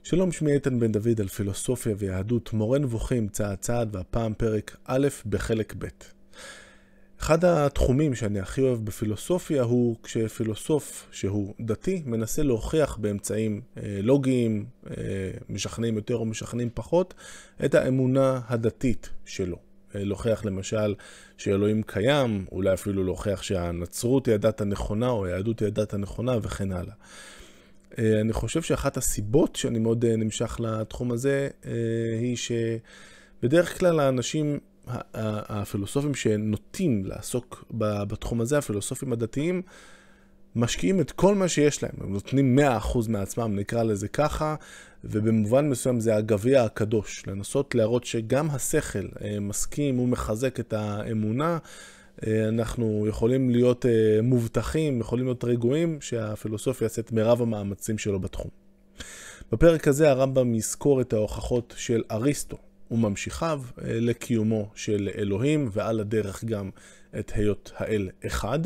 שלום, שמי איתן בן דוד על פילוסופיה ויהדות, מורה נבוכים צעד צעד, והפעם פרק א' בחלק ב'. אחד התחומים שאני הכי אוהב בפילוסופיה הוא כשפילוסוף שהוא דתי מנסה להוכיח באמצעים לוגיים, משכנעים יותר או משכנעים פחות, את האמונה הדתית שלו. להוכיח למשל שאלוהים קיים, אולי אפילו להוכיח שהנצרות היא הדת הנכונה או היהדות היא הדת הנכונה וכן הלאה. אני חושב שאחת הסיבות שאני מאוד נמשך לתחום הזה היא שבדרך כלל האנשים, הפילוסופים שנוטים לעסוק בתחום הזה, הפילוסופים הדתיים, משקיעים את כל מה שיש להם. הם נותנים 100% מעצמם, נקרא לזה ככה, ובמובן מסוים זה הגביע הקדוש. לנסות להראות שגם השכל מסכים ומחזק את האמונה, אנחנו יכולים להיות מובטחים, יכולים להיות רגועים שהפילוסופיה יעשה את מרב המאמצים שלו בתחום. בפרק הזה הרמב"ם יזכור את ההוכחות של אריסטו וממשיכיו לקיומו של אלוהים, ועל הדרך גם את היות האל אחד,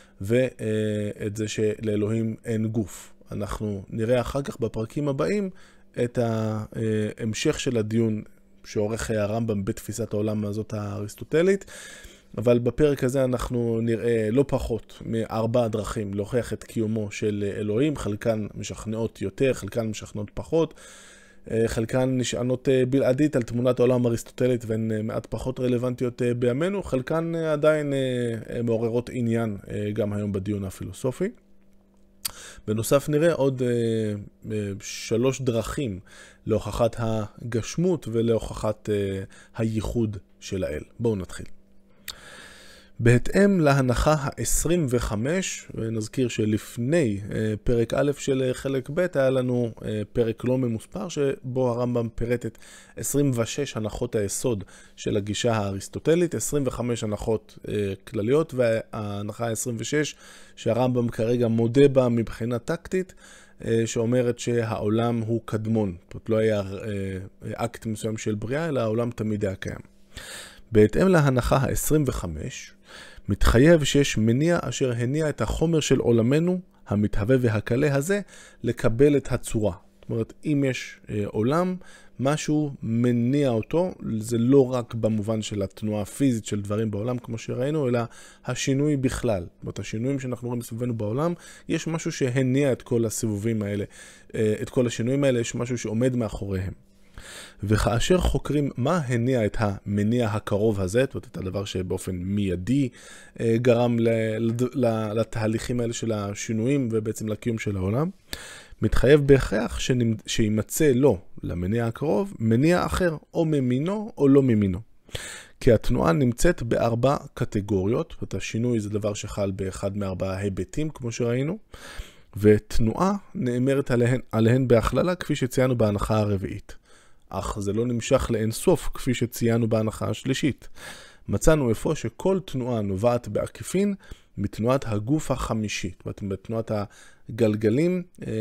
ואת זה שלאלוהים אין גוף. אנחנו נראה אחר כך בפרקים הבאים את ההמשך של הדיון שעורך הרמב"ם בתפיסת העולם הזאת האריסטוטלית, אבל בפרק הזה אנחנו נראה לא פחות מ4 דרכים להוכיח את קיומו של אלוהים, חלקן משכנעות יותר, חלקן משכנעות פחות, חלקן נשענות בלעדית על תמונת העולם האריסטוטלית והן מעט פחות רלוונטיות בימינו, חלקן עדיין מעוררות עניין גם היום בדיון הפילוסופי. בנוסף נראה עוד 3 דרכים להוכחת הגשמות ולהוכחת הייחוד של האל. בואו נתחיל. בהתאם להנחה ה-25, ונזכיר שלפני פרק א' של חלק ב' היה לנו פרק לא ממוספר, שבו הרמב"ם פירט את 26 הנחות היסוד של הגישה האריסטוטלית, 25 הנחות כלליות, וההנחה ה-26 שהרמב"ם כרגע מודה בה מבחינה טקטית, שאומרת שהעולם הוא קדמון. זאת לא היה אקט מסוים של בריאה, אלא העולם תמיד היה קיים. בהתאם להנחה ה-25, מתחייב שיש מניע אשר הניע את החומר של עולמנו, המתהווה והקלה הזה, לקבל את הצורה. זאת אומרת, אם יש עולם, משהו מניע אותו, זה לא רק במובן של התנועה הפיזית של דברים בעולם, כמו שראינו, אלא השינוי בכלל. זאת אומרת, השינויים שאנחנו רואים מסביבנו בעולם, יש משהו שהניע את כל הסיבובים האלה, את כל השינויים האלה, יש משהו שעומד מאחוריהם. וכאשר חוקרים מה הניע את המניע הקרוב הזה, זאת אומרת, את הדבר שבאופן מיידי גרם לתהליכים האלה של השינויים ובעצם לקיום של העולם, מתחייב בהכרח שימצא לו, למניע הקרוב, מניע אחר, או ממינו או לא ממינו. כי התנועה נמצאת ב4 קטגוריות, זאת אומרת, השינוי זה דבר שחל באחד מ4 היבטים, כמו שראינו, ותנועה נאמרת עליהן בהכללה, כפי שציינו בהנחה הרביעית. אך זה לא נמשך לאין סוף, כפי שציינו בהנחה השלישית. מצאנו איפה שכל תנועה נובעת בעקיפין מתנועת הגוף החמישי. זאת אומרת, בתנועת הגלגלים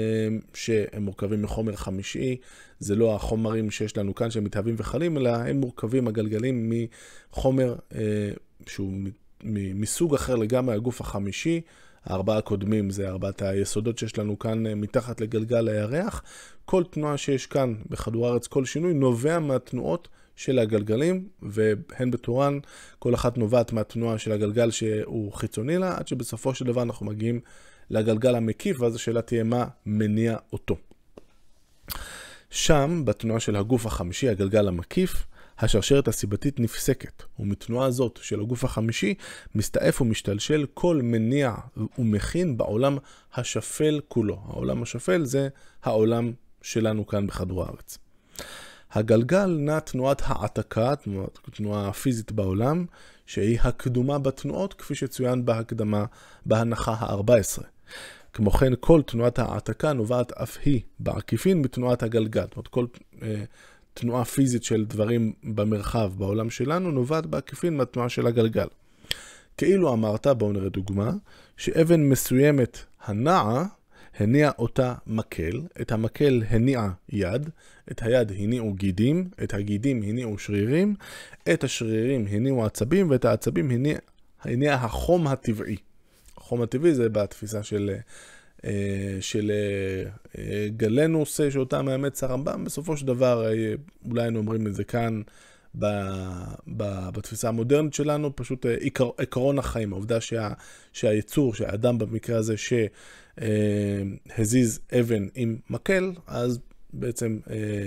שהם מורכבים מחומר חמישי, זה לא החומרים שיש לנו כאן שמתהווים וחלים, אלא הם מורכבים הגלגלים מחומר שהוא מסוג אחר לגמרי, הגוף החמישי. 4 הקודמים זה 4 היסודות שיש לנו כאן מתחת לגלגל הירח. כל תנועה שיש כאן בכדור הארץ, כל שינוי נובע מהתנועות של הגלגלים, והן בתורן, כל אחת נובעת מהתנועה של הגלגל שהוא חיצוני לה, עד שבסופו של דבר אנחנו מגיעים לגלגל המקיף, ואז השאלה תהיה מה מניע אותו. שם, בתנועה של הגוף החמישי, הגלגל המקיף, השרשרת הסיבתית נפסקת, ומתנועה הזאת של הגוף החמישי מסתעף ומשתלשל כל מניע ומכין בעולם השפל כולו. העולם השפל זה העולם שלנו כאן בכדור הארץ. הגלגל נע תנועת העתקה, תנועה פיזית בעולם, שהיא הקדומה בתנועות כפי שצוין בהקדמה בהנחה ה-14. כמו כן, כל תנועת העתקה נובעת אף היא בעקיפין מתנועת הגלגל. זאת אומרת, כל תנועה פיזית של דברים במרחב בעולם שלנו נובעת בעקיפין מהתנועה של הגלגל. כאילו אמרת, בואו נראה דוגמה, שאבן מסוימת הנעה, הניע אותה מקל, את המקל הניע יד, את היד הניעו גידים, את הגידים הניעו שרירים, את השרירים הניעו עצבים, ואת העצבים הניע החום הטבעי. החום הטבעי זה בתפיסה של של גלנוס, שאותה מאמץ הרמב"ם, בסופו של דבר, אולי היינו אומרים את זה כאן, בתפיסה המודרנית שלנו, פשוט עקרון החיים, העובדה שהיצור, שהאדם במקרה הזה שהזיז אבן עם מקל, אז בעצם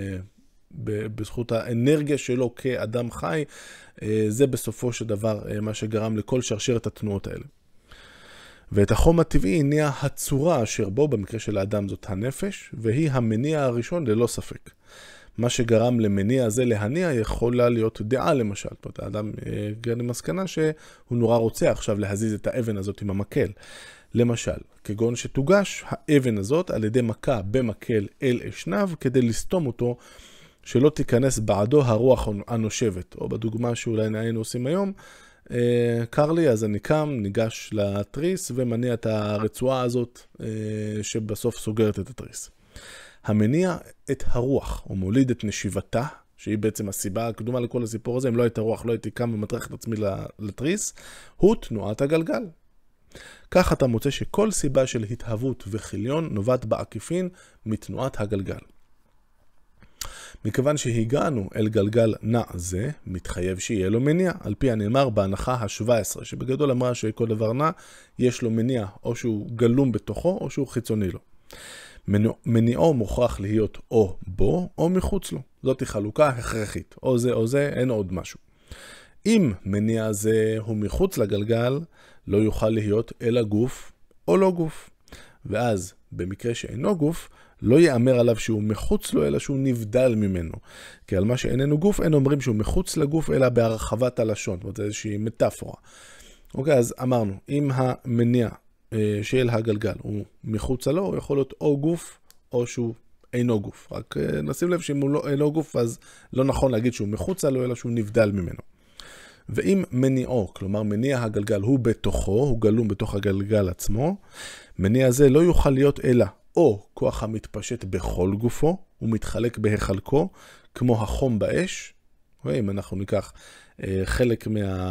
בזכות האנרגיה שלו כאדם חי, זה בסופו של דבר מה שגרם לכל שרשרת התנועות האלה. ואת החום הטבעי הניע הצורה אשר בו, במקרה של האדם זאת הנפש, והיא המניע הראשון ללא ספק. מה שגרם למניע הזה להניע יכולה להיות דעה למשל. האדם הגיע למסקנה שהוא נורא רוצה עכשיו להזיז את האבן הזאת עם המקל. למשל, כגון שתוגש האבן הזאת על ידי מכה במקל אל אשנב כדי לסתום אותו, שלא תיכנס בעדו הרוח הנושבת. או בדוגמה שאולי היינו עושים היום, קר לי, אז אני קם, ניגש לתריס ומניע את הרצועה הזאת שבסוף סוגרת את התריס. המניע את הרוח, או מוליד את נשיבתה, שהיא בעצם הסיבה הקדומה לכל הסיפור הזה, אם לא הייתה רוח, לא הייתי קם ומטרח את עצמי לתריס, הוא תנועת הגלגל. כך אתה מוצא שכל סיבה של התהוות וחיליון נובעת בעקיפין מתנועת הגלגל. מכיוון שהגענו אל גלגל נע זה, מתחייב שיהיה לו מניע, על פי הנאמר בהנחה ה-17, שבגדול אמרה שכל דבר נע, יש לו מניע, או שהוא גלום בתוכו, או שהוא חיצוני לו. מניעו מוכרח להיות או בו, או מחוץ לו. זאת היא חלוקה הכרחית. או זה או זה, אין עוד משהו. אם מניע זה הוא מחוץ לגלגל, לא יוכל להיות אלא גוף או לא גוף. ואז, במקרה שאינו גוף, לא יאמר עליו שהוא מחוץ לו, אלא שהוא נבדל ממנו. כי על מה שאיננו גוף, אין אומרים שהוא מחוץ לגוף, אלא בהרחבת הלשון. זאת אומרת, זה איזושהי מטאפורה. אוקיי, אז אמרנו, אם המניע של הגלגל הוא מחוץ לו, הוא יכול להיות או גוף, או שהוא אינו גוף. רק נשים לב שאם הוא אינו גוף, אז לא נכון להגיד שהוא מחוץ לו, אלא שהוא נבדל ממנו. ואם מניעו, כלומר מניע הגלגל הוא בתוכו, הוא גלום בתוך הגלגל עצמו, מניע זה לא יוכל להיות אלא או כוח המתפשט בכל גופו, הוא מתחלק בהחלקו, כמו החום באש. אם אנחנו ניקח חלק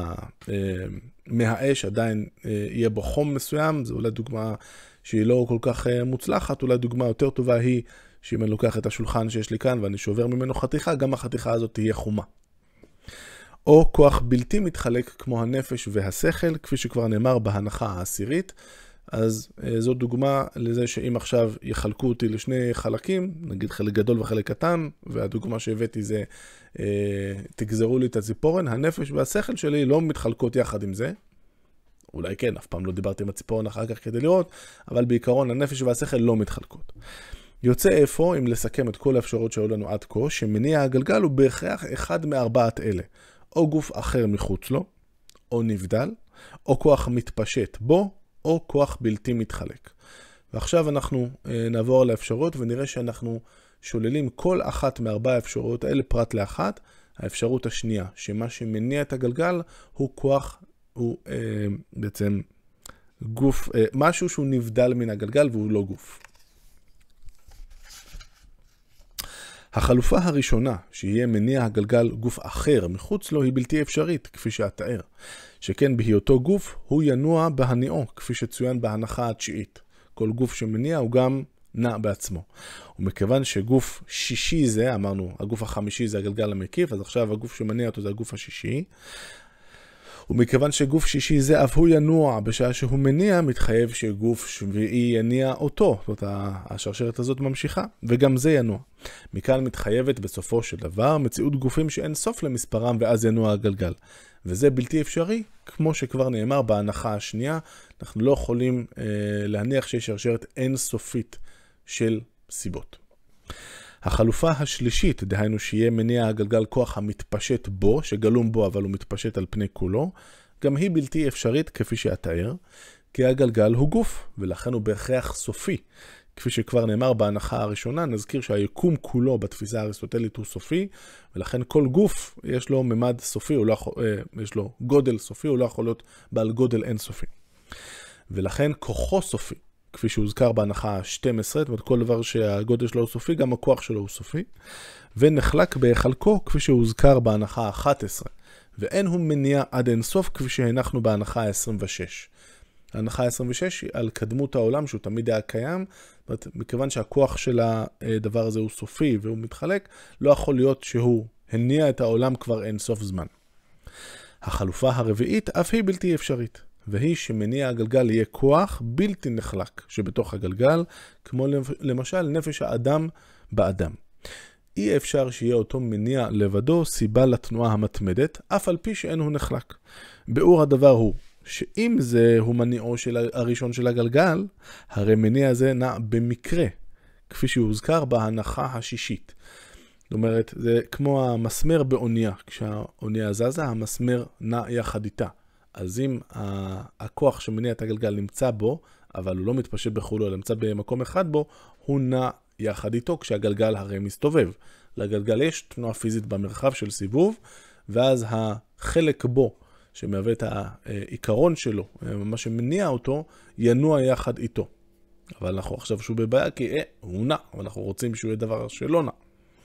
מהאש, עדיין יהיה בו חום מסוים, זו אולי דוגמה שהיא לא כל כך מוצלחת, אולי דוגמה יותר טובה היא שאם אני לוקח את השולחן שיש לי כאן ואני שובר ממנו חתיכה, גם החתיכה הזאת תהיה חומה. או כוח בלתי מתחלק כמו הנפש והשכל, כפי שכבר נאמר בהנחה העשירית. אז זו דוגמה לזה שאם עכשיו יחלקו אותי לשני חלקים, נגיד חלק גדול וחלק קטן, והדוגמה שהבאתי זה תגזרו לי את הציפורן, הנפש והשכל שלי לא מתחלקות יחד עם זה. אולי כן, אף פעם לא דיברתי עם הציפורן אחר כך כדי לראות, אבל בעיקרון הנפש והשכל לא מתחלקות. יוצא איפה, אם לסכם את כל האפשרות שהיו לנו עד כה, שמניע הגלגל הוא בהכרח אחד מארבעת אלה. או גוף אחר מחוץ לו, או נבדל, או כוח מתפשט בו, או כוח בלתי מתחלק. ועכשיו אנחנו נעבור על האפשרות ונראה שאנחנו שוללים כל אחת מארבע האפשרויות האלה פרט לאחת. האפשרות השנייה, שמה שמניע את הגלגל הוא כוח, הוא בעצם גוף, משהו שהוא נבדל מן הגלגל והוא לא גוף. החלופה הראשונה, שיהיה מניע הגלגל גוף אחר מחוץ לו, היא בלתי אפשרית, כפי שאתאר. שכן בהיותו גוף, הוא ינוע בהניעו, כפי שצוין בהנחה התשיעית. כל גוף שמניע הוא גם נע בעצמו. ומכיוון שגוף שישי זה, אמרנו, הגוף החמישי זה הגלגל המקיף, אז עכשיו הגוף שמניע אותו זה הגוף השישי. ומכיוון שגוף שישי זה אף הוא ינוע בשעה שהוא מניע, מתחייב שגוף שביעי יניע אותו. זאת אומרת, השרשרת הזאת ממשיכה, וגם זה ינוע. מכאן מתחייבת בסופו של דבר מציאות גופים שאין סוף למספרם ואז ינוע הגלגל. וזה בלתי אפשרי, כמו שכבר נאמר בהנחה השנייה, אנחנו לא יכולים להניח שיש שרשרת אין סופית של סיבות. החלופה השלישית, דהיינו שיהיה מניע הגלגל כוח המתפשט בו, שגלום בו אבל הוא מתפשט על פני כולו, גם היא בלתי אפשרית כפי שאתאר, כי הגלגל הוא גוף, ולכן הוא בהכרח סופי. כפי שכבר נאמר בהנחה הראשונה, נזכיר שהיקום כולו בתפיסה האריסטוטלית הוא סופי, ולכן כל גוף יש לו ממד סופי, יש לו גודל סופי, הוא לא יכול להיות בעל גודל אין סופי. ולכן כוחו סופי. כפי שהוזכר בהנחה ה-12, זאת אומרת כל דבר שהגודל שלו הוא סופי, גם הכוח שלו הוא סופי, ונחלק בחלקו כפי שהוזכר בהנחה ה-11, ואין הוא מניע עד אין סוף כפי שהנחנו בהנחה ה-26. ההנחה ה-26 היא על קדמות העולם שהוא תמיד היה קיים, זאת אומרת, מכיוון שהכוח של הדבר הזה הוא סופי והוא מתחלק, לא יכול להיות שהוא הניע את העולם כבר אין סוף זמן. החלופה הרביעית אף היא בלתי אפשרית, והיא שמניע הגלגל יהיה כוח בלתי נחלק שבתוך הגלגל, כמו למשל נפש האדם באדם. אי אפשר שיהיה אותו מניע לבדו סיבה לתנועה המתמדת, אף על פי שאין הוא נחלק. ביאור הדבר הוא, שאם זה הוא מניעו הראשון של הגלגל, הרי מניע הזה נע במקרה, כפי שהוזכר בהנחה השישית. זאת אומרת, זה כמו המסמר באונייה. כשהאונייה זזה, המסמר נע יחד איתה. אז אם הכוח שמניע את הגלגל נמצא בו, אבל הוא לא מתפשט בחולו, אלא נמצא במקום אחד בו, הוא נע יחד איתו כשהגלגל הרי מסתובב. לגלגל יש תנועה פיזית במרחב של סיבוב, ואז החלק בו, שמהווה את העיקרון שלו, מה שמניע אותו, ינוע יחד איתו. אבל אנחנו עכשיו שהוא בבעיה, כי הוא נע, ואנחנו רוצים שהוא יהיה דבר שלא נע.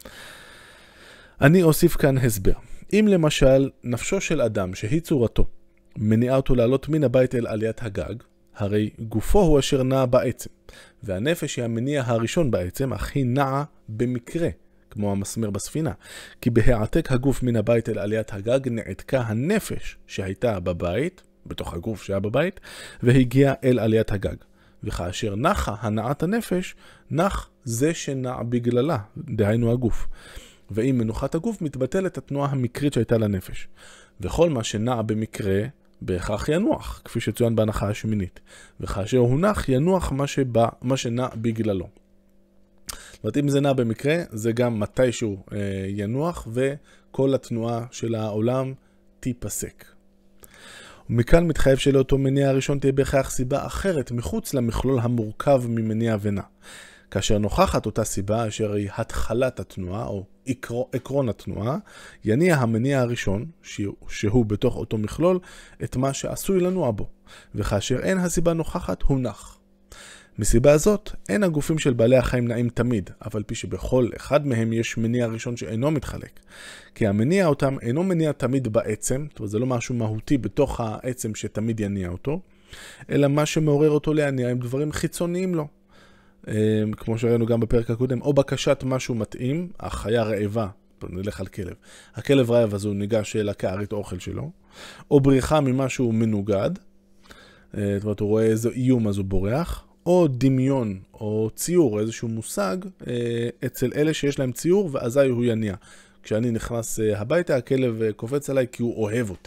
אני אוסיף כאן הסבר. אם למשל נפשו של אדם שהיא צורתו, מניעה אותו לעלות מן הבית אל עליית הגג, הרי גופו הוא אשר נע בעצם, והנפש היא המניע הראשון בעצם, אך היא נעה במקרה, כמו המסמר בספינה, כי בהעתק הגוף מן הבית אל עליית הגג נעתקה הנפש שהייתה בבית, בתוך הגוף שהיה בבית, והגיעה אל עליית הגג. וכאשר נחה הנעת הנפש, נח זה שנע בגללה, דהיינו הגוף. ואם מנוחת הגוף מתבטלת התנועה המקרית שהייתה לנפש. וכל מה שנע במקרה, בהכרח ינוח, כפי שצוין בהנחה השמינית. וכאשר הוא נח, ינוח מה שנע בגללו. זאת אומרת, אם זה נע במקרה, זה גם מתישהו ינוח, וכל התנועה של העולם תיפסק. ומכאן מתחייב שלאותו מניע הראשון תהיה בהכרח סיבה אחרת, מחוץ למכלול המורכב ממניע ונע. כאשר נוכחת אותה סיבה, אשר היא התחלת התנועה, או עקרון התנועה, יניע המניע הראשון, שהוא בתוך אותו מכלול, את מה שעשוי לנוע בו. וכאשר אין הסיבה נוכחת, הוא נח. מסיבה הזאת, אין הגופים של בעלי החיים נעים תמיד, אבל פי שבכל אחד מהם יש מניע ראשון שאינו מתחלק. כי המניע אותם אינו מניע תמיד בעצם, זאת אומרת, זה לא משהו מהותי בתוך העצם שתמיד יניע אותו, אלא מה שמעורר אותו להניע עם דברים חיצוניים לו. כמו שראינו גם בפרק הקודם, או בקשת משהו מתאים, החיה רעבה, נלך על כלב. הכלב רעב אז הוא ניגש לקערית האוכל שלו, או בריחה ממשהו מנוגד, זאת אומרת, הוא רואה איזה איום אז הוא בורח, או דמיון, או ציור, איזשהו מושג, אצל אלה שיש להם ציור, ואזי הוא יניע. כשאני נכנס הביתה, הכלב קופץ עליי כי הוא אוהב אותי.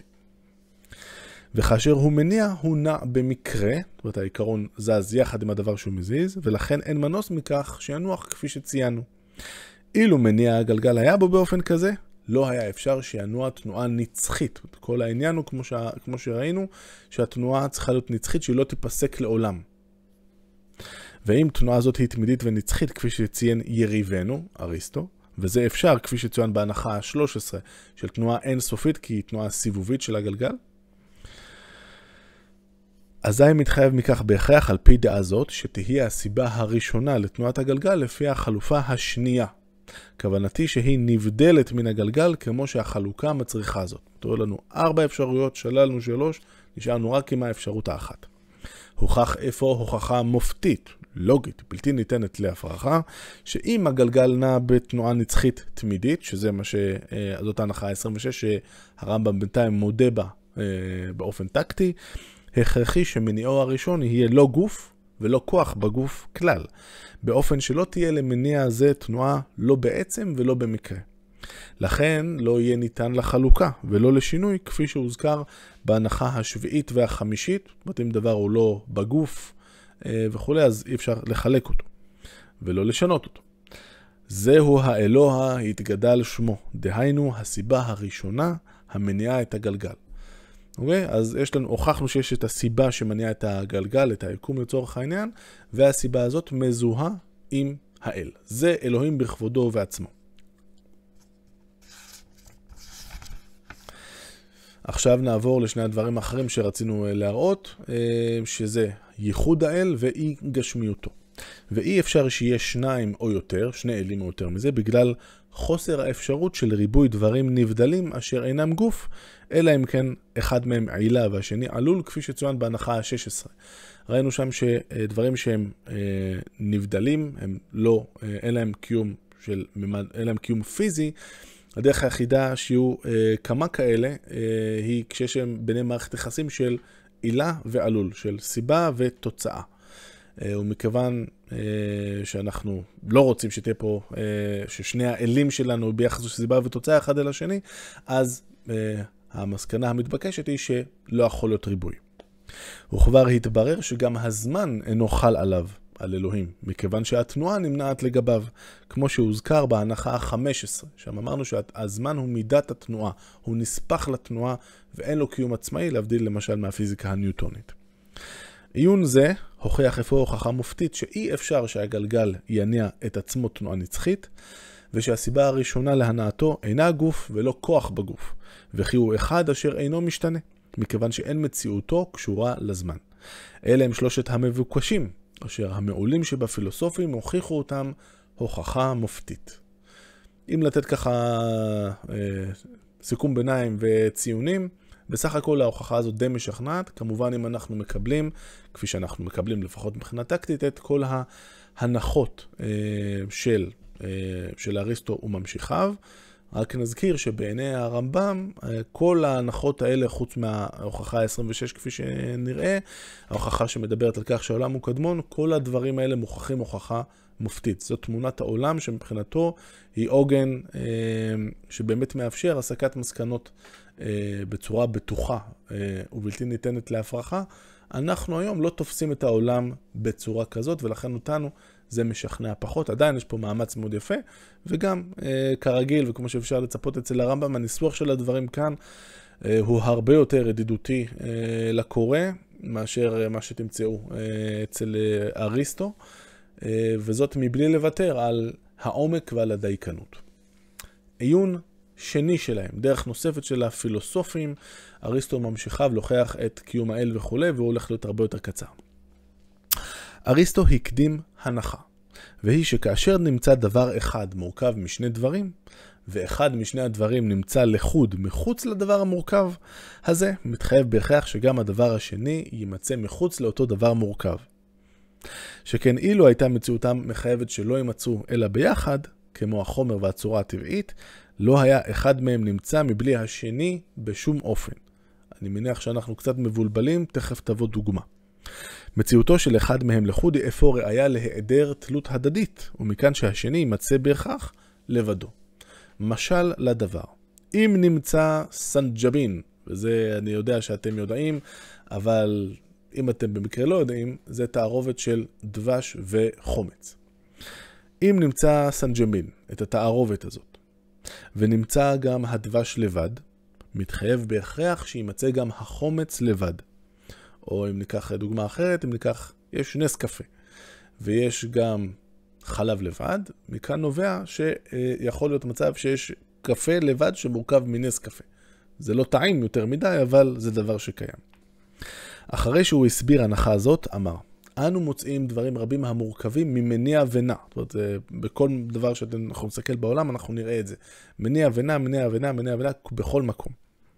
וכאשר הוא מניע, הוא נע במקרה, זאת אומרת, העיקרון זז יחד עם הדבר שהוא מזיז, ולכן אין מנוס מכך שינוח כפי שציינו. אילו מניע הגלגל היה בו באופן כזה, לא היה אפשר שינוע תנועה נצחית. כל העניין הוא, כמו שראינו, שהתנועה צריכה להיות נצחית, שהיא לא תיפסק לעולם. ואם תנועה הזאת היא תמידית ונצחית, כפי שציין יריבנו, אריסטו, וזה אפשר, כפי שצוין בהנחה ה-13, של תנועה אינסופית, כי היא תנועה סיבובית של הגלגל, אזי מתחייב מכך בהכרח על פי דעה זאת, שתהיה הסיבה הראשונה לתנועת הגלגל לפי החלופה השנייה. כוונתי שהיא נבדלת מן הגלגל כמו שהחלוקה מצריכה זאת. תראו לנו 4 אפשרויות, שללנו 3, נשארנו רק עם האפשרות האחת. הוכח איפה הוכחה מופתית, לוגית, בלתי ניתנת להפרחה, שאם הגלגל נע בתנועה נצחית תמידית, שזה מה זאת ההנחה ה-26 שהרמב"ם בינתיים מודה בה באופן טקטי, הכרחי שמניעו הראשון יהיה לא גוף ולא כוח בגוף כלל, באופן שלא תהיה למניע הזה תנועה לא בעצם ולא במקרה. לכן לא יהיה ניתן לחלוקה ולא לשינוי כפי שהוזכר בהנחה השביעית והחמישית, אם דבר הוא לא בגוף וכו', אז אי אפשר לחלק אותו ולא לשנות אותו. זהו האלוה התגדל שמו, דהיינו הסיבה הראשונה המניעה את הגלגל. אוקיי? אז הוכחנו שיש את הסיבה שמניעה את הגלגל, את היקום לצורך העניין, והסיבה הזאת מזוהה עם האל. זה אלוהים בכבודו ובעצמו. עכשיו נעבור לשני הדברים האחרים שרצינו להראות, שזה ייחוד האל ואי גשמיותו. ואי אפשר שיהיה שניים או יותר, שני אלים או יותר מזה, בגלל חוסר האפשרות של ריבוי דברים נבדלים אשר אינם גוף, אלא אם כן אחד מהם עילה והשני עלול, כפי שצוין בהנחה ה-16. ראינו שם שדברים שהם נבדלים, הם לא, אין להם קיום פיזי. הדרך היחידה שיהיו כמה כאלה היא כשיש ביניהם מערכת יחסים של עילה ועלול, של סיבה ותוצאה. ומכיוון שאנחנו לא רוצים שתהיה פה, ששני האלים שלנו ביחס של סיבה ותוצאה אחד אל השני, אז המסקנה המתבקשת היא שלא יכול להיות ריבוי. וכבר התברר שגם הזמן אינו חל עליו, על אלוהים, מכיוון שהתנועה נמנעת לגביו, כמו שהוזכר בהנחה ה-15, שם אמרנו שהזמן הוא מידת התנועה, הוא נספח לתנועה ואין לו קיום עצמאי, להבדיל למשל מהפיזיקה הניוטונית. עיון זה הוכיח אפוא הוכחה מופתית שאי אפשר שהגלגל יניע את עצמו תנועה נצחית, ושהסיבה הראשונה להנעתו אינה גוף ולא כוח בגוף, וכי הוא אחד אשר אינו משתנה, מכיוון שאין מציאותו קשורה לזמן. אלה הם שלושת המבוקשים, אשר המעולים שבפילוסופים הוכיחו אותם הוכחה מופתית. אם לתת ככה סיכום ביניים וציונים, בסך הכל ההוכחה הזאת די משכנעת, כמובן אם אנחנו מקבלים, כפי שאנחנו מקבלים לפחות מבחינה טקטית, את כל ההנחות של אריסטו וממשיכיו. רק נזכיר שבעיני הרמב"ם, כל ההנחות האלה, חוץ מההוכחה ה-26 כפי שנראה, ההוכחה שמדברת על כך שהעולם הוא קדמון, כל הדברים האלה מוכחים הוכחה מופתית. זאת תמונת העולם שמבחינתו היא עוגן שבאמת מאפשר הסקת מסקנות בצורה בטוחה ובלתי ניתנת להפרחה. אנחנו היום לא תופסים את העולם בצורה כזאת, ולכן אותנו זה משכנע פחות. עדיין יש פה מאמץ מאוד יפה, וגם כרגיל, וכמו שאפשר לצפות אצל הרמב"ם, הניסוח של הדברים כאן הוא הרבה יותר ידידותי לקורא, מאשר מה שתמצאו אצל אריסטו, וזאת מבלי לוותר על העומק ועל הדייקנות. עיון שני שלהם, דרך נוספת של הפילוסופים, אריסטו ממשיכיו לוכח את קיום האל וכו', והוא הולך להיות הרבה יותר קצר. אריסטו הקדים הנחה, והיא שכאשר נמצא דבר אחד מורכב משני דברים, ואחד משני הדברים נמצא לחוד מחוץ לדבר המורכב, הזה מתחייב בהכרח שגם הדבר השני יימצא מחוץ לאותו דבר מורכב. שכן אילו הייתה מציאותם מחייבת שלא יימצאו אלא ביחד, כמו החומר והצורה הטבעית, לא היה אחד מהם נמצא מבלי השני בשום אופן. אני מניח שאנחנו קצת מבולבלים, תכף תבוא דוגמה. מציאותו של אחד מהם לחוד היא אפוא ראיה להיעדר תלות הדדית, ומכאן שהשני יימצא בהכרח לבדו. משל לדבר. אם נמצא סנג'בין, וזה אני יודע שאתם יודעים, אבל אם אתם במקרה לא יודעים, זה תערובת של דבש וחומץ. אם נמצא סנג'בין, את התערובת הזאת, ונמצא גם הדבש לבד, מתחייב בהכרח שימצא גם החומץ לבד. או אם ניקח דוגמה אחרת, אם ניקח, יש נס קפה, ויש גם חלב לבד, מכאן נובע שיכול להיות מצב שיש קפה לבד שמורכב מנס קפה. זה לא טעים יותר מדי, אבל זה דבר שקיים. אחרי שהוא הסביר הנחה הזאת, אמר, אנו מוצאים דברים רבים המורכבים ממניע ונע. זאת אומרת, בכל דבר שאנחנו נסתכל בעולם, אנחנו נראה את זה. מניע ונע, מניע ונע, מניע ונע, בכל מקום.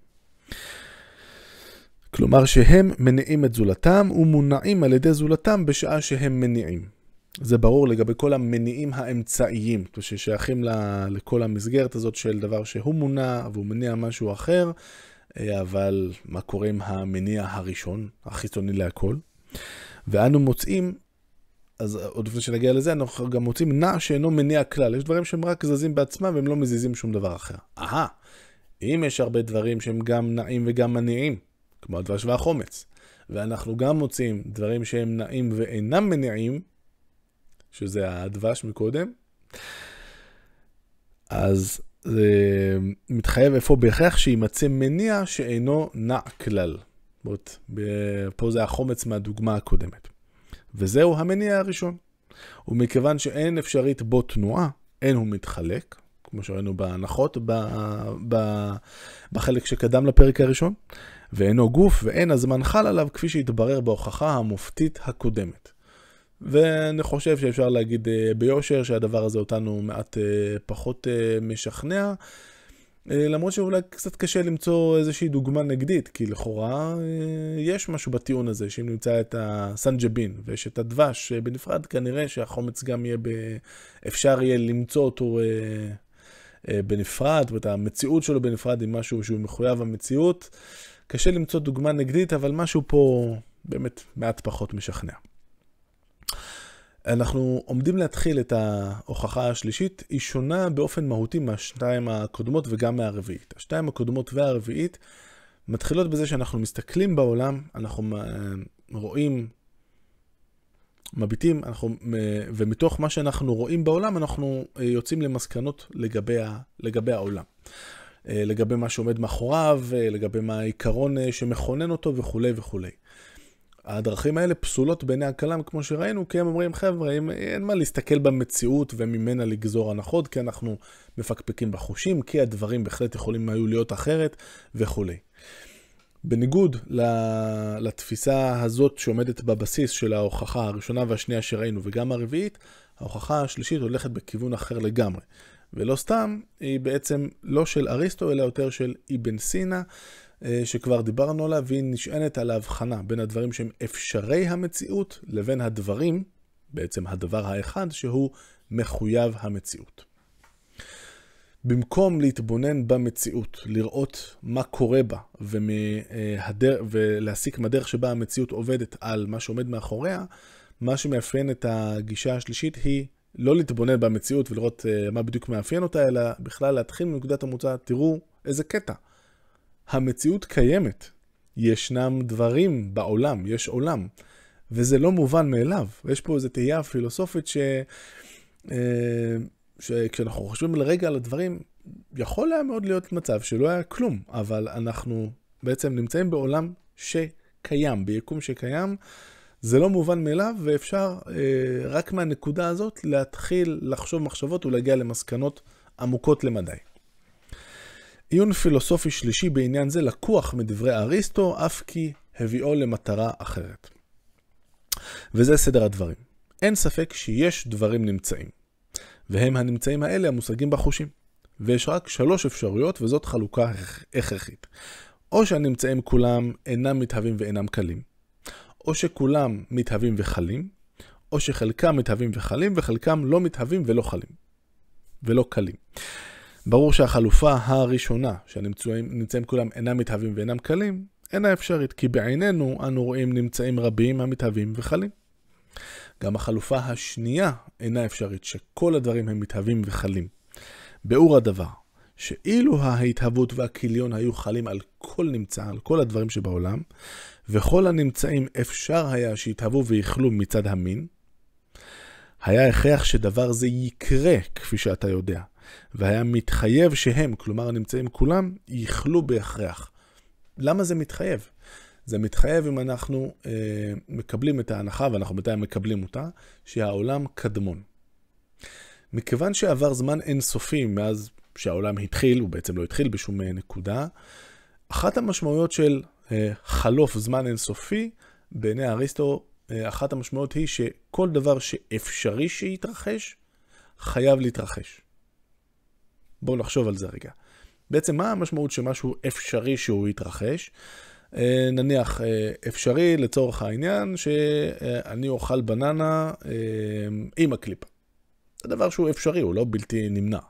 כלומר שהם מניעים את זולתם ומונעים על ידי זולתם בשעה שהם מניעים. זה ברור לגבי כל המניעים האמצעיים, ששייכים לכל המסגרת הזאת של דבר שהוא מונע והוא מניע משהו אחר, אבל מה קורה עם המניע הראשון, החיצוני להכל? ואנו מוצאים, אז עוד לפני שנגיע לזה, אנחנו גם מוצאים נע שאינו מניע כלל. יש דברים שהם רק זזים בעצמם והם לא מזיזים שום דבר אחר. אם יש הרבה דברים שהם גם נעים וגם מניעים, כמו הדבש והחומץ, ואנחנו גם מוצאים דברים שהם נעים ואינם מניעים, שזה הדבש מקודם, אז זה מתחייב איפה בהכרח שימצא מניע שאינו נע כלל. פה זה החומץ מהדוגמה הקודמת. וזהו המניע הראשון. ומכיוון שאין אפשרית בו תנועה, אין הוא מתחלק, כמו שראינו בהנחות, בחלק שקדם לפרק הראשון, ואינו גוף ואין הזמן חל עליו כפי שהתברר בהוכחה המופתית הקודמת. ואני חושב שאפשר להגיד ביושר שהדבר הזה אותנו מעט פחות משכנע, למרות שאולי קצת קשה למצוא איזושהי דוגמה נגדית, כי לכאורה יש משהו בטיעון הזה, שאם נמצא את הסנג'בין ויש את הדבש בנפרד, כנראה שהחומץ גם יהיה, אפשר יהיה למצוא אותו בנפרד, ואת המציאות שלו בנפרד עם משהו שהוא מחויב המציאות. קשה למצוא דוגמה נגדית, אבל משהו פה באמת מעט פחות משכנע. אנחנו עומדים להתחיל את ההוכחה השלישית, היא שונה באופן מהותי מהשתיים הקודמות וגם מהרביעית. השתיים הקודמות והרביעית מתחילות בזה שאנחנו מסתכלים בעולם, אנחנו רואים, מביטים, ומתוך מה שאנחנו רואים בעולם, אנחנו יוצאים למסקנות לגבי העולם. לגבי מה שעומד מאחוריו, לגבי מה העיקרון שמכונן אותו וכו' וכו'. הדרכים האלה פסולות בעיני הכלם, כמו שראינו, כי הם אומרים, חבר'ה, אין מה להסתכל במציאות וממנה לגזור הנחות, כי אנחנו מפקפקים בחושים, כי הדברים בהחלט יכולים היו להיות אחרת וכו'. בניגוד לתפיסה הזאת שעומדת בבסיס של ההוכחה הראשונה והשנייה שראינו, וגם הרביעית, ההוכחה השלישית הולכת בכיוון אחר לגמרי. ולא סתם, היא בעצם לא של אריסטו, אלא יותר של אבן סינה, שכבר דיברנו עליו, והיא נשענת על ההבחנה בין הדברים שהם אפשרי המציאות, לבין הדברים, בעצם הדבר האחד, שהוא מחויב המציאות. במקום להתבונן במציאות, לראות מה קורה בה, ולהסיק מהדרך שבה המציאות עובדת על מה שעומד מאחוריה, מה שמאפיין את הגישה השלישית היא לא להתבונן במציאות ולראות מה בדיוק מאפיין אותה, אלא בכלל להתחיל מנקודת המוצא, תראו איזה קטע. המציאות קיימת, ישנם דברים בעולם, יש עולם, וזה לא מובן מאליו. יש פה איזו תהייה פילוסופית שכשאנחנו חושבים לרגע על הדברים, יכול היה מאוד להיות מצב שלא היה כלום, אבל אנחנו בעצם נמצאים בעולם שקיים, ביקום שקיים, זה לא מובן מאליו, ואפשר רק מהנקודה הזאת להתחיל לחשוב מחשבות ולהגיע למסקנות עמוקות למדי. עיון פילוסופי שלישי בעניין זה לקוח מדברי אריסטו, אף כי הביאו למטרה אחרת. וזה סדר הדברים. אין ספק שיש דברים נמצאים, והם הנמצאים האלה המושגים בחושים. ויש רק 3 אפשרויות, וזאת חלוקה הכרחית. או שהנמצאים כולם אינם מתהווים ואינם קלים, או שכולם מתהווים וחלים, או שחלקם מתהווים וחלים, וחלקם לא מתהווים ולא קלים. ברור שהחלופה הראשונה, שהנמצאים כולם אינם מתהווים ואינם קלים, אינה אפשרית, כי בעינינו אנו רואים נמצאים רבים המתהווים וחלים. גם החלופה השנייה אינה אפשרית, שכל הדברים הם מתהווים וחלים. באור הדבר, שאילו ההתהוות והכיליון היו חלים על כל נמצא, על כל הדברים שבעולם, וכל הנמצאים אפשר היה שיתהוו ויחלו מצד המין, היה הכרח שדבר זה יקרה, כפי שאתה יודע, והיה מתחייב שהם, כלומר הנמצאים כולם, יחלו בהכרח. למה זה מתחייב? זה מתחייב אם אנחנו מקבלים את ההנחה, ואנחנו בינתיים מקבלים אותה, שהעולם קדמון. מכיוון שעבר זמן אינסופי מאז שהעולם התחיל, הוא בעצם לא התחיל בשום נקודה, אחת המשמעויות של חלוף זמן אינסופי, בעיני אריסטו, אחת המשמעויות היא שכל דבר שאפשרי שיתרחש, חייב להתרחש. בואו נחשוב על זה רגע. בעצם מה המשמעות שמשהו אפשרי שהוא יתרחש? נניח אפשרי לצורך העניין שאני אוכל בננה עם הקליפה. זה דבר שהוא אפשרי, הוא לא בלתי נמנע.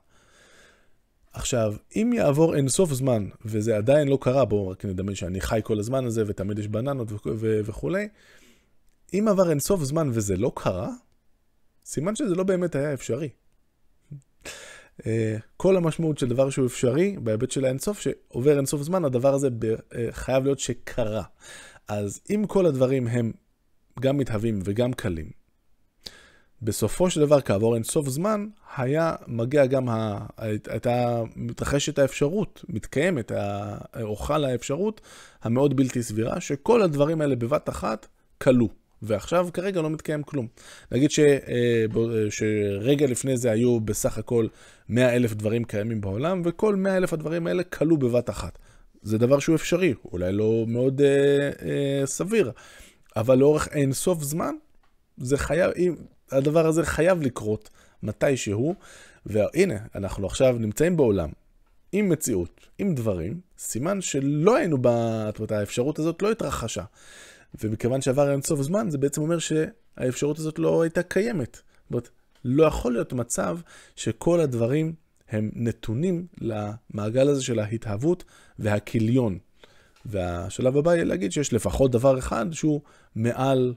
עכשיו, אם יעבור אינסוף זמן, וזה עדיין לא קרה, בואו רק נדמיין שאני חי כל הזמן הזה, ותמיד יש בננות וכו'. אם עבר אינסוף זמן וזה לא קרה, סימן שזה לא באמת היה אפשרי. כל המשמעות של דבר שהוא אפשרי, בהיבט של האינסוף, שעובר אינסוף זמן, הדבר הזה חייב להיות שקרה. אז אם כל הדברים הם גם מתהווים וגם קלים, בסופו של דבר, כעבור אינסוף זמן, היה מגיע גם, הייתה מתרחשת האפשרות, מתקיימת, אוכל האפשרות המאוד בלתי סבירה, שכל הדברים האלה בבת אחת קלו. ועכשיו כרגע לא מתקיים כלום. נגיד שרגע לפני זה היו בסך הכל 100,000 דברים קיימים בעולם, וכל 100,000 הדברים האלה קלו בבת אחת. זה דבר שהוא אפשרי, אולי לא מאוד סביר, אבל לאורך אין סוף זמן, הדבר הזה חייב לקרות מתישהו, והנה, אנחנו עכשיו נמצאים בעולם עם מציאות, עם דברים, סימן שלא היינו האפשרות הזאת לא התרחשה. ומכיוון שעבר אין סוף זמן, זה בעצם אומר שהאפשרות הזאת לא הייתה קיימת. זאת אומרת, לא יכול להיות מצב שכל הדברים הם נתונים למעגל הזה של ההתהוות והכיליון. והשלב הבא יהיה להגיד שיש לפחות דבר אחד שהוא מעל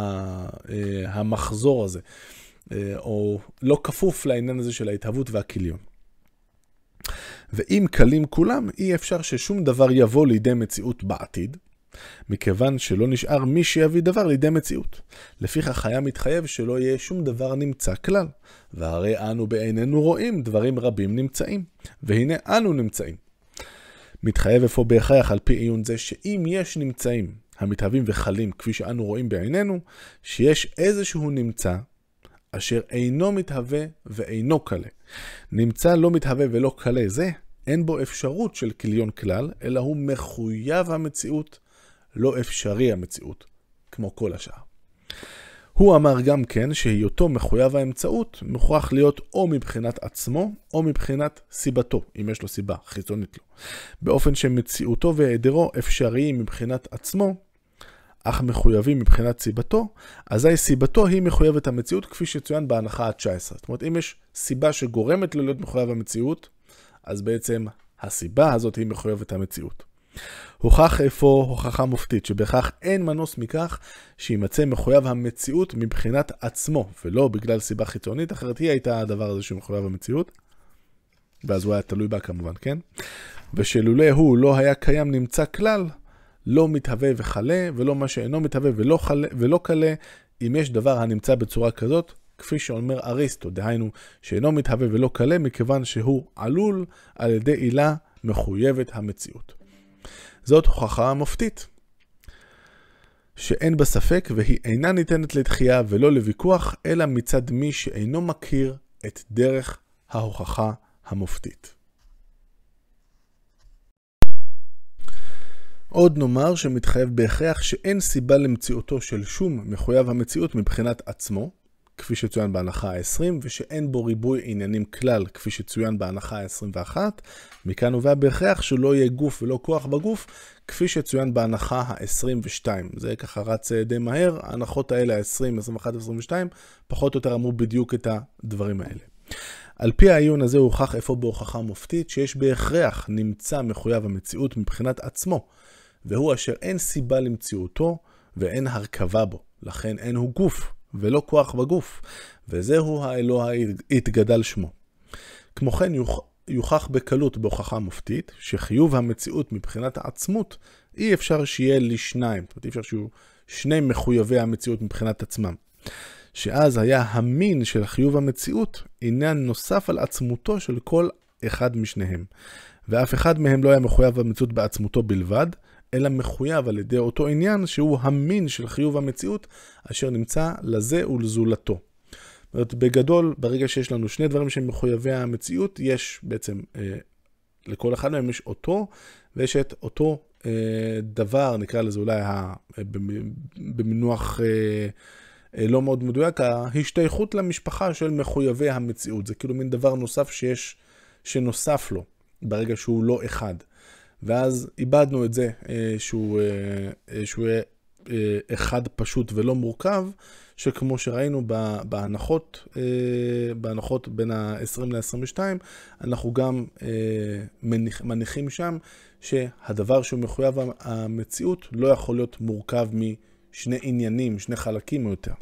המחזור הזה, או לא כפוף לעניין הזה של ההתהוות והכיליון. ואם קלים כולם, אי אפשר ששום דבר יבוא לידי מציאות בעתיד, מכיוון שלא נשאר מי שיביא דבר לידי מציאות. לפיכך היה מתחייב שלא יהיה שום דבר נמצא כלל, והרי אנו בעינינו רואים דברים רבים נמצאים, והנה אנו נמצאים. מתחייב אפוא בהכרח על פי עיון זה שאם יש נמצאים המתהווים וחלים כפי שאנו רואים בעינינו, שיש איזשהו נמצא אשר אינו מתהווה ואינו קלה. נמצא לא מתהווה ולא קלה זה, אין בו אפשרות של כיליון כלל, אלא הוא מחויב המציאות, לא אפשרי המציאות, כמו כל השאר. הוא אמר גם כן שהיותו מחויב האמצעות מוכרח להיות או מבחינת עצמו או מבחינת סיבתו, אם יש לו סיבה חיצונית לו. באופן שמציאותו והיעדרו אפשריים מבחינת עצמו, אך מחויבים מבחינת סיבתו, אזי סיבתו היא מחויבת המציאות כפי שצוין בהנחה ה-19. זאת אומרת, אם יש סיבה שגורמת לו להיות מחויב המציאות, אז בעצם הסיבה הזאת היא מחויבת המציאות. הוכח אפוא הוכחה מופתית, שבכך אין מנוס מכך שימצא מחויב המציאות מבחינת עצמו, ולא בגלל סיבה חיצונית, אחרת היא הייתה הדבר הזה שהוא מחויב המציאות, ואז הוא היה תלוי בה כמובן, כן? ושלולא הוא לא היה קיים נמצא כלל, לא מתהווה וחלה, ולא מה שאינו מתהווה ולא קלה, אם יש דבר הנמצא בצורה כזאת, כפי שאומר אריסטו, דהיינו שאינו מתהווה ולא קלה, מכיוון שהוא עלול על ידי עילה מחויבת המציאות. זאת הוכחה מופתית, שאין בה ספק והיא אינה ניתנת לתחייה ולא לוויכוח, אלא מצד מי שאינו מכיר את דרך ההוכחה המופתית. עוד נאמר שמתחייב בהכרח שאין סיבה למציאותו של שום מחויב המציאות מבחינת עצמו, כפי שצוין בהנחה ה-20, ושאין בו ריבוי עניינים כלל, כפי שצוין בהנחה ה-21, מכאן נובע בהכרח שלא יהיה גוף ולא כוח בגוף, כפי שצוין בהנחה ה-22. זה ככה רץ די מהר, ההנחות האלה, ה-20, 21, 22, פחות או יותר אמרו בדיוק את הדברים האלה. על פי העיון הזה הוכח איפה בהוכחה מופתית, שיש בהכרח נמצא מחויב המציאות מבחינת עצמו, והוא אשר אין סיבה למציאותו ואין הרכבה בו, לכן אין הוא גוף ולא כוח בגוף, וזהו האלוה התגדל שמו. כמו כן יוכח בקלות בהוכחה מופתית, שחיוב המציאות מבחינת העצמות אי אפשר שיהיה לשניים, זאת אומרת אי אפשר שיהיו שני מחויבי המציאות מבחינת עצמם. שאז היה המין של חיוב המציאות עניין נוסף על עצמותו של כל אחד משניהם, ואף אחד מהם לא היה מחויב המציאות בעצמותו בלבד, אלא מחויב על ידי אותו עניין שהוא המין של חיוב המציאות אשר נמצא לזה ולזולתו. זאת אומרת, בגדול, ברגע שיש לנו שני דברים שהם מחויבי המציאות, יש בעצם, לכל אחד מהם יש אותו, ויש את אותו דבר, נקרא לזה אולי במינוח לא מאוד מדויק, ההשתייכות למשפחה של מחויבי המציאות. זה כאילו מין דבר נוסף שנוסף לו, ברגע שהוא לא אחד. ואז איבדנו את זה שהוא אחד פשוט ולא מורכב, שכמו שראינו בהנחות בין ה-20 ל-22, אנחנו גם מניחים שם שהדבר שהוא מחויב המציאות לא יכול להיות מורכב משני עניינים, שני חלקים או יותר.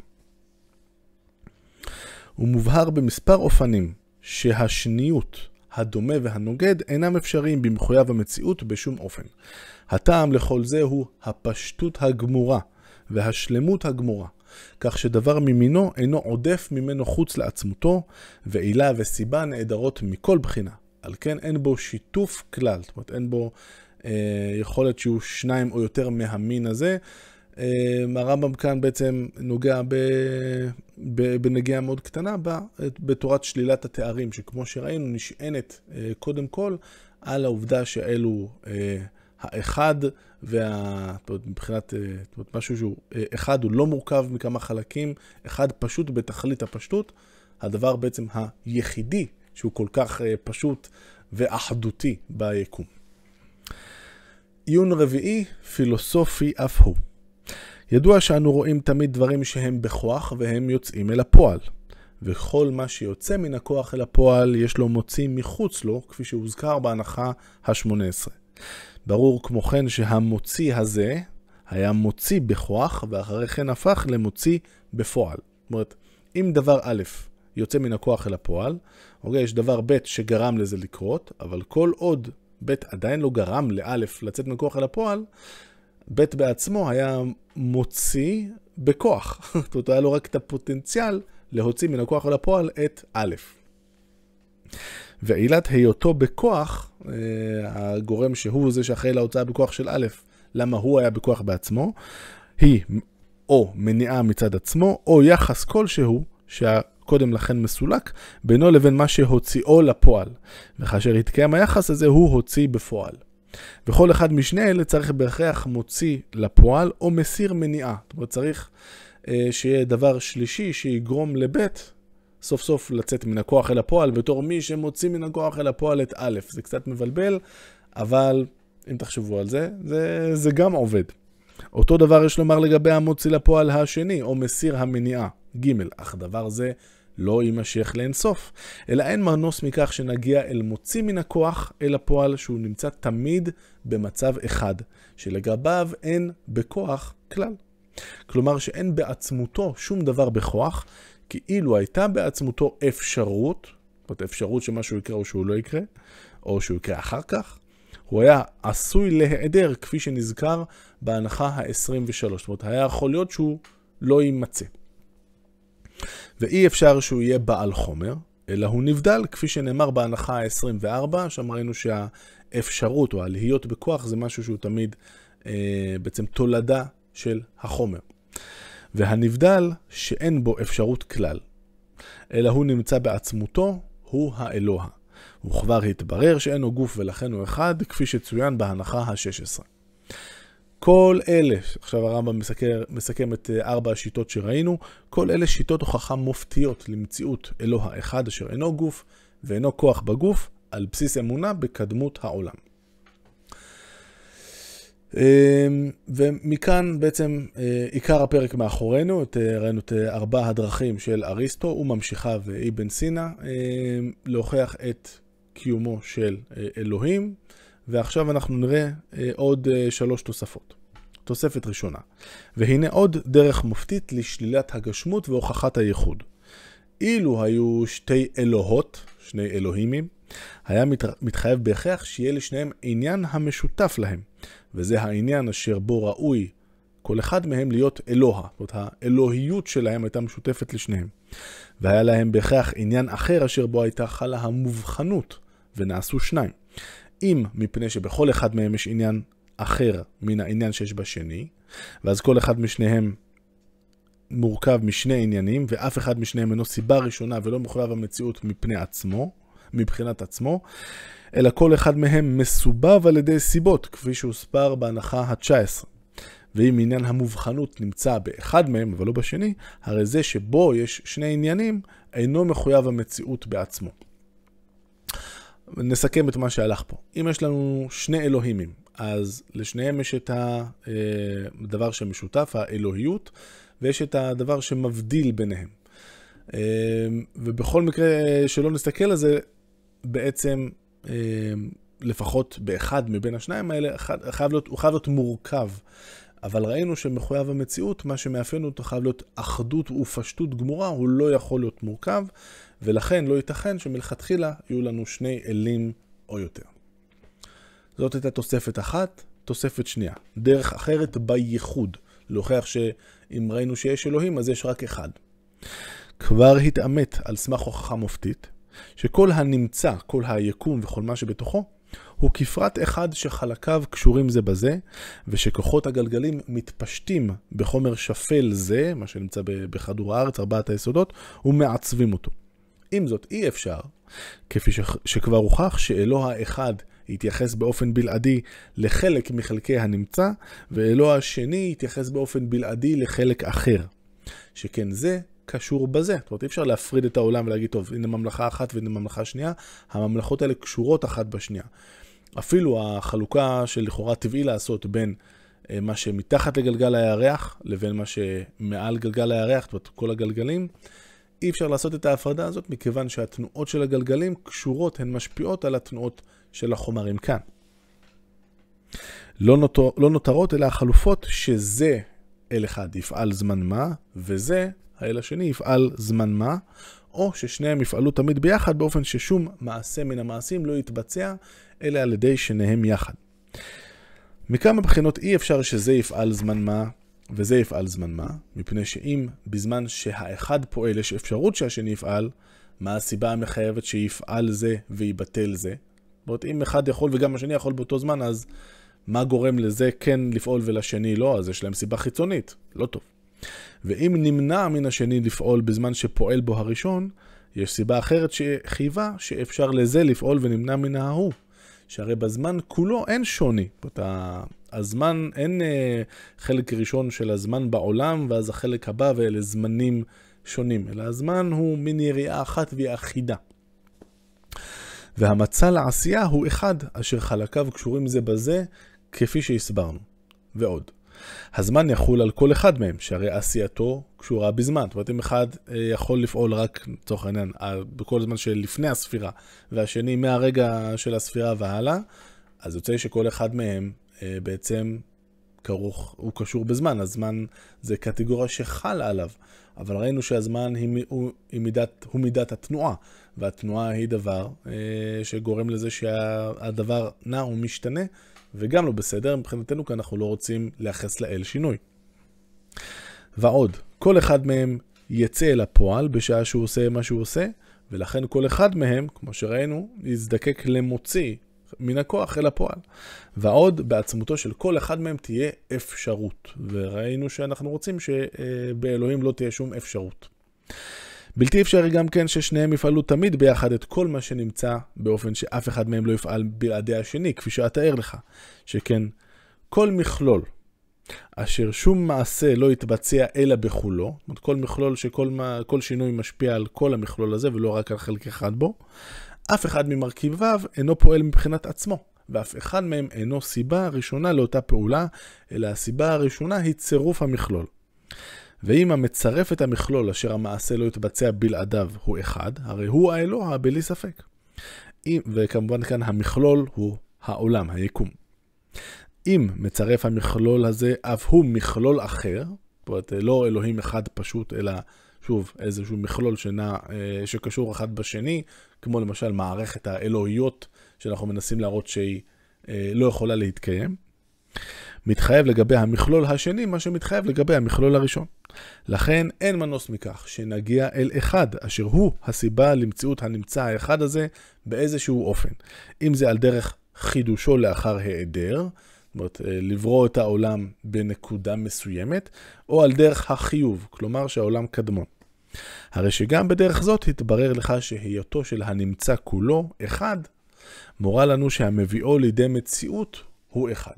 הוא מובהר במספר אופנים שהשניות, הדומה והנוגד אינם אפשריים במחויב המציאות בשום אופן. הטעם לכל זה הוא הפשטות הגמורה והשלמות הגמורה, כך שדבר ממינו אינו עודף ממנו חוץ לעצמותו, ועילה וסיבה נעדרות מכל בחינה. על כן אין בו שיתוף כלל, זאת אומרת אין בו יכולת שהוא שניים או יותר מהמין הזה. הרמב"ם כאן בעצם נוגע בנגיעה מאוד קטנה בתורת שלילת התארים, שכמו שראינו נשענת קודם כל על העובדה שאלו האחד מבחינת משהו שהוא אחד הוא לא מורכב מכמה חלקים, אחד פשוט בתכלית הפשטות, הדבר בעצם היחידי שהוא כל כך פשוט ואחדותי ביקום. עיון רביעי, פילוסופי אף הוא. ידוע שאנו רואים תמיד דברים שהם בכוח והם יוצאים אל הפועל. וכל מה שיוצא מן הכוח אל הפועל יש לו מוציא מחוץ לו, כפי שהוזכר בהנחה ה-18. ברור כמו כן שהמוציא הזה היה מוציא בכוח ואחרי כן הפך למוציא בפועל. זאת אומרת, אם דבר א' יוצא מן הכוח אל הפועל, יש דבר ב' שגרם לזה לקרות, אבל כל עוד ב' עדיין לא גרם לאלף לצאת מכוח אל הפועל, ב' בעצמו היה מוציא בכוח. זאת אומרת, היה לו רק את הפוטנציאל להוציא מן הכוח אל הפועל את א'. ועילת היותו בכוח, הגורם שהוא זה שאחראי להוצאה בכוח של א', למה הוא היה בכוח בעצמו, היא או מניעה מצד עצמו, או יחס כלשהו שקודם לכן מסולק, בינו לבין מה שהוציאו לפועל. וכאשר התקיים היחס הזה, הוא הוציא בפועל. וכל אחד משני אלה צריך בהכרח מוציא לפועל או מסיר מניעה. זאת אומרת, צריך שיהיה דבר שלישי שיגרום לבית סוף סוף לצאת מן הכוח אל הפועל, בתור מי שמוציא מן הכוח אל הפועל את א'. זה קצת מבלבל, אבל אם תחשבו על זה, זה גם עובד. אותו דבר יש לומר לגבי המוציא לפועל השני, או מסיר המניעה, ג', אך דבר זה לא יימשך לאינסוף, אלא אין מנוס מכך שנגיע אל מוציא מן הכוח אל הפועל, שהוא נמצא תמיד במצב אחד, שלגביו אין בכוח כלל. כלומר שאין בעצמותו שום דבר בכוח, כי אילו הייתה בעצמותו אפשרות, זאת אומרת אפשרות שמשהו יקרה או שהוא לא יקרה, או שהוא יקרה אחר כך, הוא היה עשוי להיעדר כפי שנזכר בהנחה ה-23. זאת אומרת, היה יכול להיות שהוא לא יימצא. ואי אפשר שהוא יהיה בעל חומר, אלא הוא נבדל כפי שנאמר בהנחה ה-24, שם ראינו שהאפשרות או הלהיות בכוח זה משהו שהוא תמיד בעצם תולדה של החומר. והנבדל שאין בו אפשרות כלל, אלא הוא נמצא בעצמותו, הוא האלוה. הוא כבר התברר שאינו גוף ולכן הוא אחד, כפי שצוין בהנחה ה-16. כל אלה, עכשיו הרמב"ם מסכם את 4 השיטות שראינו, כל אלה שיטות הוכחה מופתיות למציאות אלוה אחד אשר אינו גוף ואינו כוח בגוף, על בסיס אמונה בקדמות העולם. ומכאן בעצם עיקר הפרק מאחורינו, ראינו את 4 הדרכים של אריסטו וממשיכה ואבן סינה להוכיח את קיומו של אלוהים, ועכשיו אנחנו נראה עוד 3 תוספות. תוספת ראשונה, והנה עוד דרך מופתית לשלילת הגשמות והוכחת הייחוד. אילו היו 2 אלוהות, 2 אלוהימים, היה מתחייב בהכרח שיהיה לשניהם עניין המשותף להם, וזה העניין אשר בו ראוי כל אחד מהם להיות אלוה. זאת אומרת, האלוהיות שלהם הייתה משותפת לשניהם. והיה להם בהכרח עניין אחר אשר בו הייתה חלה המובחנות, ונעשו 2. אם מפני שבכל אחד מהם יש עניין אחר מן העניין שיש בשני, ואז כל אחד משניהם מורכב משני עניינים, ואף אחד משניהם אינו סיבה ראשונה ולא מחויב המציאות מבחינת עצמו, אלא כל אחד מהם מסובב על ידי סיבות, כפי שהוסבר בהנחה ה-19. ואם עניין המובחנות נמצא באחד מהם, אבל לא בשני, הרי זה שבו יש 2 עניינים, אינו מחויב המציאות בעצמו. נסכם את מה שהלך פה. אם יש לנו 2 אלוהימים, אז לשניהם יש את הדבר שמשותף, האלוהיות, ויש את הדבר שמבדיל ביניהם. ובכל מקרה שלא נסתכל על זה, בעצם לפחות באחד מבין השניים האלה, הוא חייב להיות מורכב. אבל ראינו שמחויב המציאות, מה שמאפיין אותו חייב להיות אחדות ופשטות גמורה, הוא לא יכול להיות מורכב, ולכן לא ייתכן שמלכתחילה יהיו לנו 2 אלים או יותר. זאת הייתה תוספת אחת. תוספת שנייה, דרך אחרת בייחוד, להוכיח שאם ראינו שיש אלוהים, אז יש רק אחד. כבר התאמת על סמך הוכחה מופתית, שכל הנמצא, כל היקום וכל מה שבתוכו, הוא כפרט אחד שחלקיו קשורים זה בזה, ושכוחות הגלגלים מתפשטים בחומר שפל זה, מה שנמצא בכדור הארץ, 4 היסודות, ומעצבים אותו. עם זאת, אי אפשר, כפי שכבר הוכח שאלוה אחד יתייחס באופן בלעדי לחלק מחלקי הנמצא, ואלוה השני יתייחס באופן בלעדי לחלק אחר. שכן זה קשור בזה. זאת אומרת, אי אפשר להפריד את העולם ולהגיד, טוב, הנה ממלכה אחת והנה ממלכה שנייה. הממלכות האלה קשורות אחת בשנייה. אפילו החלוקה שלכאורה טבעי לעשות בין מה שמתחת לגלגל הירח לבין מה שמעל גלגל הירח, זאת אומרת, כל הגלגלים, אי אפשר לעשות את ההפרדה הזאת מכיוון שהתנועות של הגלגלים קשורות, הן משפיעות על התנועות של החומרים כאן. לא נותרות אלא החלופות שזה אל אחד יפעל זמן מה, וזה האל השני יפעל זמן מה, או ששניהם יפעלו תמיד ביחד באופן ששום מעשה מן המעשים לא יתבצע, אלא על ידי שניהם יחד. מכמה בחינות אי אפשר שזה יפעל זמן מה וזה יפעל זמן מה, מפני שאם בזמן שהאחד פועל יש אפשרות שהשני יפעל, מה הסיבה המחייבת שיפעל זה ויבטל זה? זאת אומרת, אם אחד יכול וגם השני יכול באותו זמן, אז מה גורם לזה כן לפעול ולשני לא? אז יש להם סיבה חיצונית, לא טוב. ואם נמנע מן השני לפעול בזמן שפועל בו הראשון, יש סיבה אחרת שחייבה שאפשר לזה לפעול ונמנע מן ההוא. שהרי בזמן כולו אין שוני. הזמן אין חלק ראשון של הזמן בעולם, ואז החלק הבא ואלה זמנים שונים. אלא הזמן הוא מין יריעה אחת והיא אחידה. והמצע לעשייה הוא אחד, אשר חלקיו קשורים זה בזה, כפי שהסברנו. ועוד. הזמן יחול על כל אחד מהם, שהרי עשייתו קשורה בזמן. זאת אומרת, אם אחד יכול לפעול רק, לצורך העניין, בכל זמן שלפני הספירה, והשני מהרגע של הספירה והלאה, אז יוצא שכל אחד מהם בעצם הוא קשור בזמן. הזמן זה קטגוריה שחל עליו, אבל ראינו שהזמן הוא מידת התנועה, והתנועה היא דבר שגורם לזה שהדבר נע ומשתנה, וגם לא בסדר מבחינתנו, כי אנחנו לא רוצים לייחס לאל שינוי. ועוד, כל אחד מהם יצא אל הפועל בשעה שהוא עושה מה שהוא עושה, ולכן כל אחד מהם, כמו שראינו, יזדקק למוציא מן הכוח אל הפועל. ועוד, בעצמותו של כל אחד מהם תהיה אפשרות. וראינו שאנחנו רוצים שבאלוהים לא תהיה שום אפשרות. בלתי אפשרי גם כן ששניהם יפעלו תמיד ביחד את כל מה שנמצא באופן שאף אחד מהם לא יפעל בלעדי השני, כפי שאתאר לך. שכן כל מכלול אשר שום מעשה לא יתבצע אלא בכולו, זאת אומרת כל מכלול שכל שינוי משפיע על כל המכלול הזה ולא רק על חלק אחד בו, אף אחד ממרכיביו אינו פועל מבחינת עצמו, ואף אחד מהם אינו סיבה ראשונה לאותה פעולה, אלא הסיבה הראשונה היא צירוף המכלול. ואם המצרף את המכלול אשר המעשה לא יתבצע בלעדיו הוא אחד, הרי הוא האלוה בלי ספק. וכמובן כאן המכלול הוא העולם, היקום. אם מצרף המכלול הזה אף הוא מכלול אחר, זאת אומרת לא אלוהים אחד פשוט, אלא שוב איזשהו מכלול שקשור אחד בשני, כמו למשל מערכת האלוהיות שאנחנו מנסים להראות שהיא לא יכולה להתקיים, מתחייב לגבי המכלול השני מה שמתחייב לגבי המכלול הראשון. לכן אין מנוס מכך שנגיע אל אחד אשר הוא הסיבה למציאות הנמצא האחד הזה באיזשהו אופן. אם זה על דרך חידושו לאחר העדר, זאת אומרת לברוא את העולם בנקודה מסוימת, או על דרך החיוב, כלומר שהעולם קדמון. הרי שגם בדרך זאת התברר לך שהיותו של הנמצא כולו אחד, מורה לנו שהמביאו לידי מציאות הוא אחד.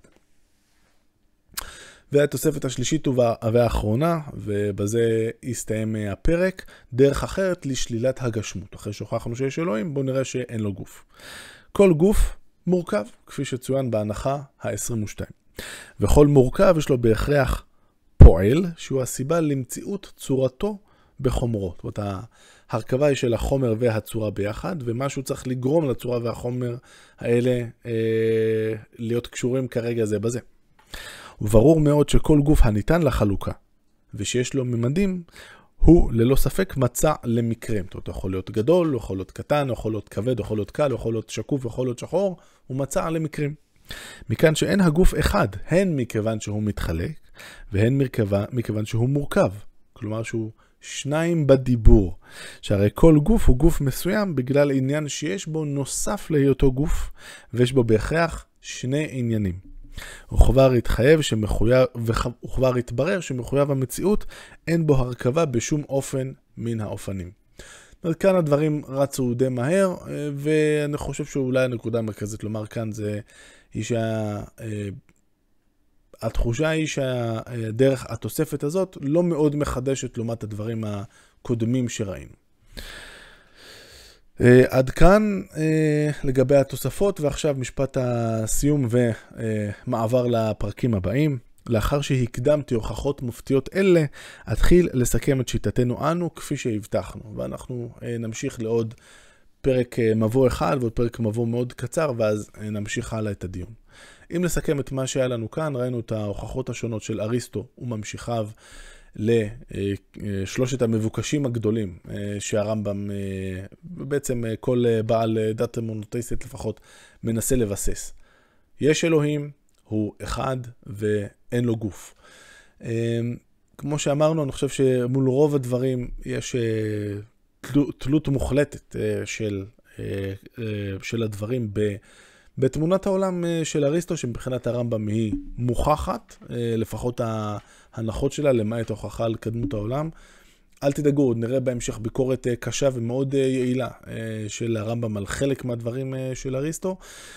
והתוספת השלישית והאחרונה, ובזה יסתיים הפרק, דרך אחרת לשלילת הגשמות. אחרי שהוכחנו שיש אלוהים, בואו נראה שאין לו גוף. כל גוף מורכב, כפי שצוין בהנחה ה-22. וכל מורכב יש לו בהכרח פועל, שהוא הסיבה למציאות צורתו בחומרו. זאת אומרת, ההרכבה היא של החומר והצורה ביחד, ומשהו צריך לגרום לצורה והחומר האלה להיות קשורים כרגע זה בזה. וברור מאוד שכל גוף הניתן לחלוקה, ושיש לו ממדים, הוא ללא ספק מצע למקרים. זאת אומרת, יכול להיות גדול, יכול להיות קטן, יכול להיות כבד, יכול להיות קל, יכול להיות שקוף, יכול להיות שחור, הוא מצע למקרים. מכאן שאין הגוף אחד, הן מכיוון שהוא מתחלק, והן מכיוון שהוא מורכב. כלומר שהוא שניים בדיבור. שהרי כל גוף הוא גוף מסוים בגלל עניין שיש בו נוסף להיותו גוף, ויש בו בהכרח שני עניינים. וכבר התברר שמחויב המציאות אין בו הרכבה בשום אופן מן האופנים. כאן הדברים רצו די מהר, ואני חושב שאולי הנקודה המרכזית לומר כאן היא התחושה היא שהדרך התוספת הזאת לא מאוד מחדשת לעומת הדברים הקודמים שראינו. עד כאן לגבי התוספות, ועכשיו משפט הסיום ומעבר לפרקים הבאים. לאחר שהקדמתי הוכחות מופתיות אלה, אתחיל לסכם את שיטתנו אנו כפי שהבטחנו, ואנחנו נמשיך לעוד פרק מבוא אחד ועוד פרק מבוא מאוד קצר, ואז נמשיך הלאה את הדיון. אם נסכם את מה שהיה לנו כאן, ראינו את ההוכחות השונות של אריסטו וממשיכיו לשלושת המבוקשים הגדולים שהרמב"ם, בעצם כל בעל דת מונותאיסטית לפחות, מנסה לבסס. יש אלוהים, הוא אחד ואין לו גוף. כמו שאמרנו, אני חושב שמול רוב הדברים יש תלות מוחלטת של הדברים בתמונת העולם של אריסטו, שמבחינת הרמב"ם היא מוכחת, לפחות ההנחות שלה, למעט הוכחה על קדמות העולם. אל תדאגו, נראה בהמשך ביקורת קשה ומאוד יעילה של הרמב"ם על חלק מהדברים של אריסטו.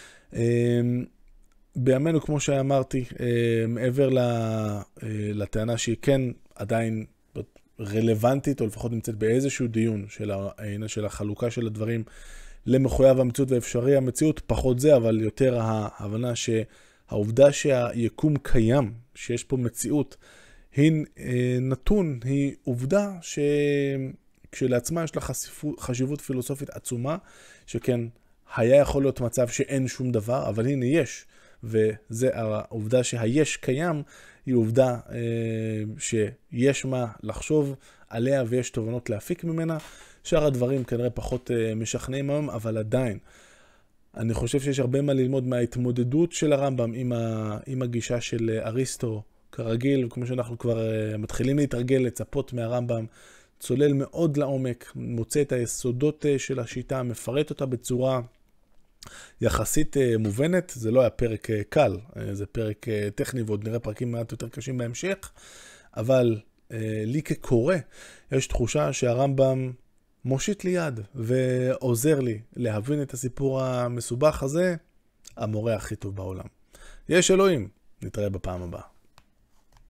בימינו, כמו שאמרתי, מעבר לטענה שהיא כן עדיין רלוונטית, או לפחות נמצאת באיזשהו דיון של החלוקה של הדברים למחויב המציאות ואפשרי המציאות, פחות זה, אבל יותר ההבנה שהעובדה שהיקום קיים, שיש פה מציאות, היא נתון, היא עובדה שכשלעצמה יש לה חשיבות פילוסופית עצומה, שכן היה יכול להיות מצב שאין שום דבר, אבל הנה יש, וזה העובדה שהיש קיים, היא עובדה שיש מה לחשוב עליה ויש תובנות להפיק ממנה. שאר הדברים כנראה פחות משכנעים היום, אבל עדיין אני חושב שיש הרבה מה ללמוד מההתמודדות של הרמב"ם עם הגישה של אריסטו כרגיל, וכמו שאנחנו כבר מתחילים להתרגל לצפות מהרמב"ם, צולל מאוד לעומק, מוצא את היסודות של השיטה, מפרט אותה בצורה יחסית מובנת. זה לא היה פרק קל, זה פרק טכני, ועוד נראה פרקים מעט יותר קשים בהמשך, אבל לי כקורא יש תחושה שהרמב"ם מושיט לי יד ועוזר לי להבין את הסיפור המסובך הזה, המורה הכי טוב בעולם. יש אלוהים, נתראה בפעם הבאה.